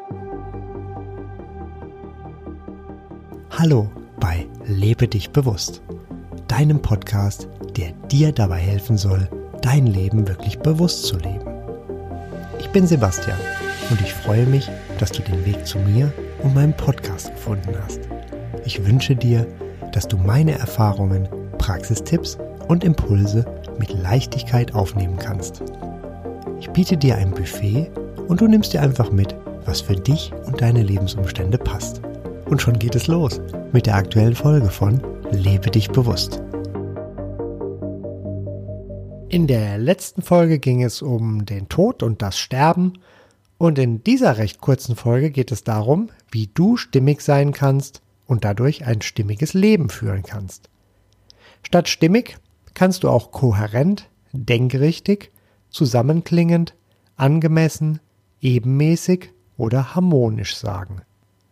Hallo bei Lebe dich bewusst, deinem Podcast, der dir dabei helfen soll, dein Leben wirklich bewusst zu leben. Ich bin Sebastian und ich freue mich, dass du den Weg zu mir und meinem Podcast gefunden hast. Ich wünsche dir, dass du meine Erfahrungen, Praxistipps und Impulse mit Leichtigkeit aufnehmen kannst. Ich biete dir ein Buffet und du nimmst dir einfach mit, was für dich und deine Lebensumstände passt. Und schon geht es los mit der aktuellen Folge von Lebe dich bewusst. In der letzten Folge ging es um den Tod und das Sterben und in dieser recht kurzen Folge geht es darum, wie du stimmig sein kannst und dadurch ein stimmiges Leben führen kannst. Statt stimmig kannst du auch kohärent, denkrichtig, zusammenklingend, angemessen, ebenmäßig oder harmonisch sagen.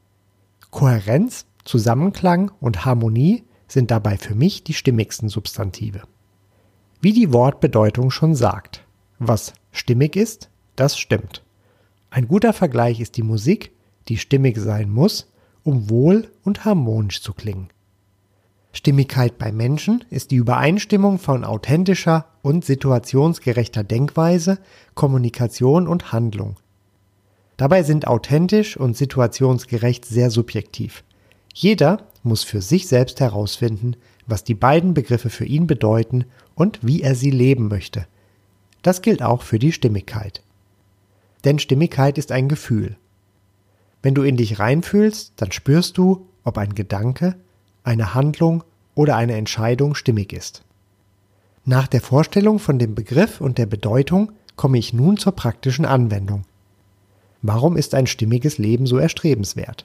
Kohärenz, Zusammenklang und Harmonie sind dabei für mich die stimmigsten Substantive. Wie die Wortbedeutung schon sagt, was stimmig ist, das stimmt. Ein guter Vergleich ist die Musik, die stimmig sein muss, um wohl und harmonisch zu klingen. Stimmigkeit bei Menschen ist die Übereinstimmung von authentischer und situationsgerechter Denkweise, Kommunikation und Handlung. Dabei sind authentisch und situationsgerecht sehr subjektiv. Jeder muss für sich selbst herausfinden, was die beiden Begriffe für ihn bedeuten und wie er sie leben möchte. Das gilt auch für die Stimmigkeit. Denn Stimmigkeit ist ein Gefühl. Wenn du in dich reinfühlst, dann spürst du, ob ein Gedanke, eine Handlung oder eine Entscheidung stimmig ist. Nach der Vorstellung von dem Begriff und der Bedeutung komme ich nun zur praktischen Anwendung. Warum ist ein stimmiges Leben so erstrebenswert?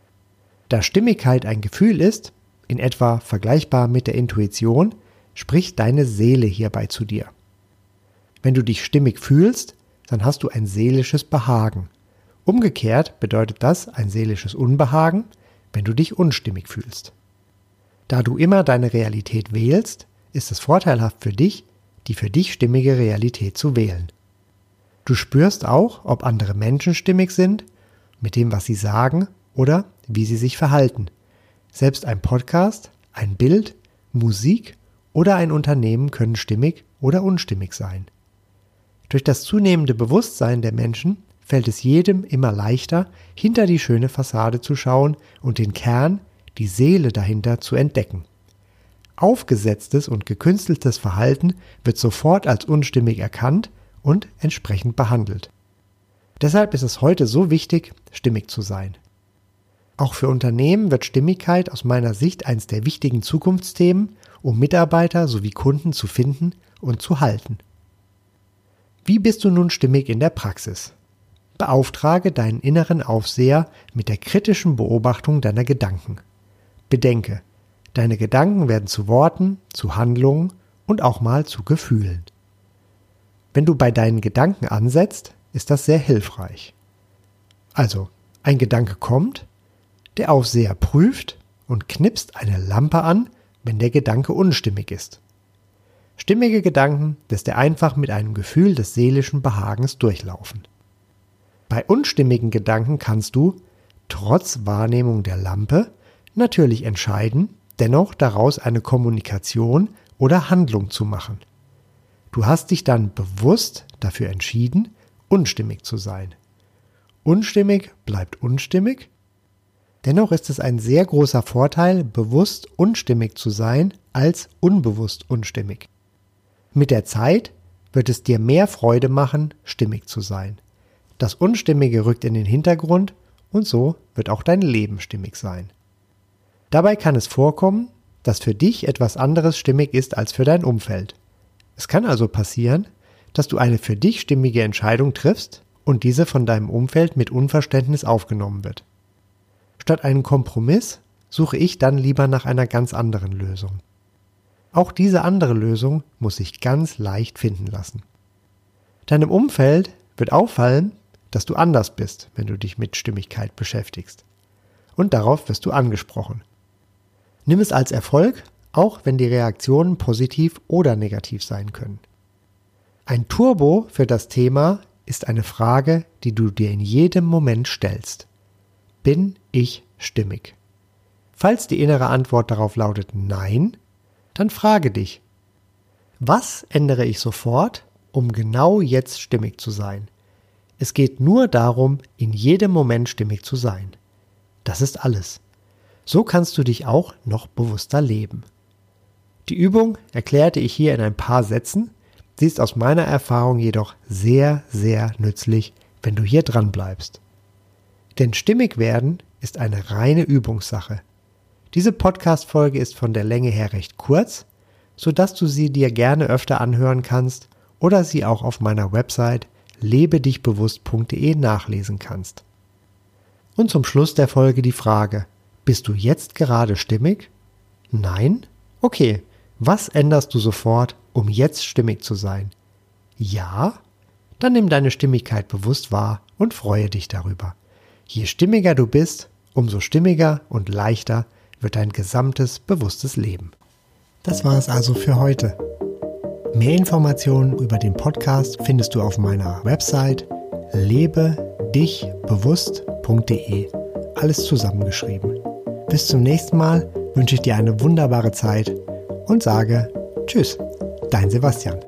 Da Stimmigkeit ein Gefühl ist, in etwa vergleichbar mit der Intuition, spricht deine Seele hierbei zu dir. Wenn du dich stimmig fühlst, dann hast du ein seelisches Behagen. Umgekehrt bedeutet das ein seelisches Unbehagen, wenn du dich unstimmig fühlst. Da du immer deine Realität wählst, ist es vorteilhaft für dich, die für dich stimmige Realität zu wählen. Du spürst auch, ob andere Menschen stimmig sind, mit dem, was sie sagen oder wie sie sich verhalten. Selbst ein Podcast, ein Bild, Musik oder ein Unternehmen können stimmig oder unstimmig sein. Durch das zunehmende Bewusstsein der Menschen fällt es jedem immer leichter, hinter die schöne Fassade zu schauen und den Kern, die Seele dahinter zu entdecken. Aufgesetztes und gekünsteltes Verhalten wird sofort als unstimmig erkannt und entsprechend behandelt. Deshalb ist es heute so wichtig, stimmig zu sein. Auch für Unternehmen wird Stimmigkeit aus meiner Sicht eines der wichtigen Zukunftsthemen, um Mitarbeiter sowie Kunden zu finden und zu halten. Wie bist du nun stimmig in der Praxis? Beauftrage deinen inneren Aufseher mit der kritischen Beobachtung deiner Gedanken. Bedenke, deine Gedanken werden zu Worten, zu Handlungen und auch mal zu Gefühlen. Wenn du bei deinen Gedanken ansetzt, ist das sehr hilfreich. Also, ein Gedanke kommt, der Aufseher prüft und knipst eine Lampe an, wenn der Gedanke unstimmig ist. Stimmige Gedanken lässt er einfach mit einem Gefühl des seelischen Behagens durchlaufen. Bei unstimmigen Gedanken kannst du, trotz Wahrnehmung der Lampe, natürlich entscheiden, dennoch daraus eine Kommunikation oder Handlung zu machen. Du hast dich dann bewusst dafür entschieden, unstimmig zu sein. Unstimmig bleibt unstimmig. Dennoch ist es ein sehr großer Vorteil, bewusst unstimmig zu sein, als unbewusst unstimmig. Mit der Zeit wird es dir mehr Freude machen, stimmig zu sein. Das Unstimmige rückt in den Hintergrund und so wird auch dein Leben stimmig sein. Dabei kann es vorkommen, dass für dich etwas anderes stimmig ist als für dein Umfeld. Es kann also passieren, dass du eine für dich stimmige Entscheidung triffst und diese von deinem Umfeld mit Unverständnis aufgenommen wird. Statt einen Kompromiss suche ich dann lieber nach einer ganz anderen Lösung. Auch diese andere Lösung muss sich ganz leicht finden lassen. Deinem Umfeld wird auffallen, dass du anders bist, wenn du dich mit Stimmigkeit beschäftigst. Und darauf wirst du angesprochen. Nimm es als Erfolg, auch wenn die Reaktionen positiv oder negativ sein können. Ein Turbo für das Thema ist eine Frage, die du dir in jedem Moment stellst. Bin ich stimmig? Falls die innere Antwort darauf lautet Nein, dann frage dich, was ändere ich sofort, um genau jetzt stimmig zu sein? Es geht nur darum, in jedem Moment stimmig zu sein. Das ist alles. So kannst du dich auch noch bewusster leben. Die Übung erklärte ich hier in ein paar Sätzen. Sie ist aus meiner Erfahrung jedoch sehr, sehr nützlich, wenn du hier dran bleibst. Denn stimmig werden ist eine reine Übungssache. Diese Podcast-Folge ist von der Länge her recht kurz, sodass du sie dir gerne öfter anhören kannst oder sie auch auf meiner Website lebedichbewusst.de nachlesen kannst. Und zum Schluss der Folge die Frage, bist du jetzt gerade stimmig? Nein? Okay, was änderst du sofort, um jetzt stimmig zu sein? Ja? Dann nimm deine Stimmigkeit bewusst wahr und freue dich darüber. Je stimmiger du bist, umso stimmiger und leichter wird dein gesamtes bewusstes Leben. Das war es also für heute. Mehr Informationen über den Podcast findest du auf meiner Website lebedichbewusst.de. Alles zusammengeschrieben. Bis zum nächsten Mal wünsche ich dir eine wunderbare Zeit und sage Tschüss, dein Sebastian.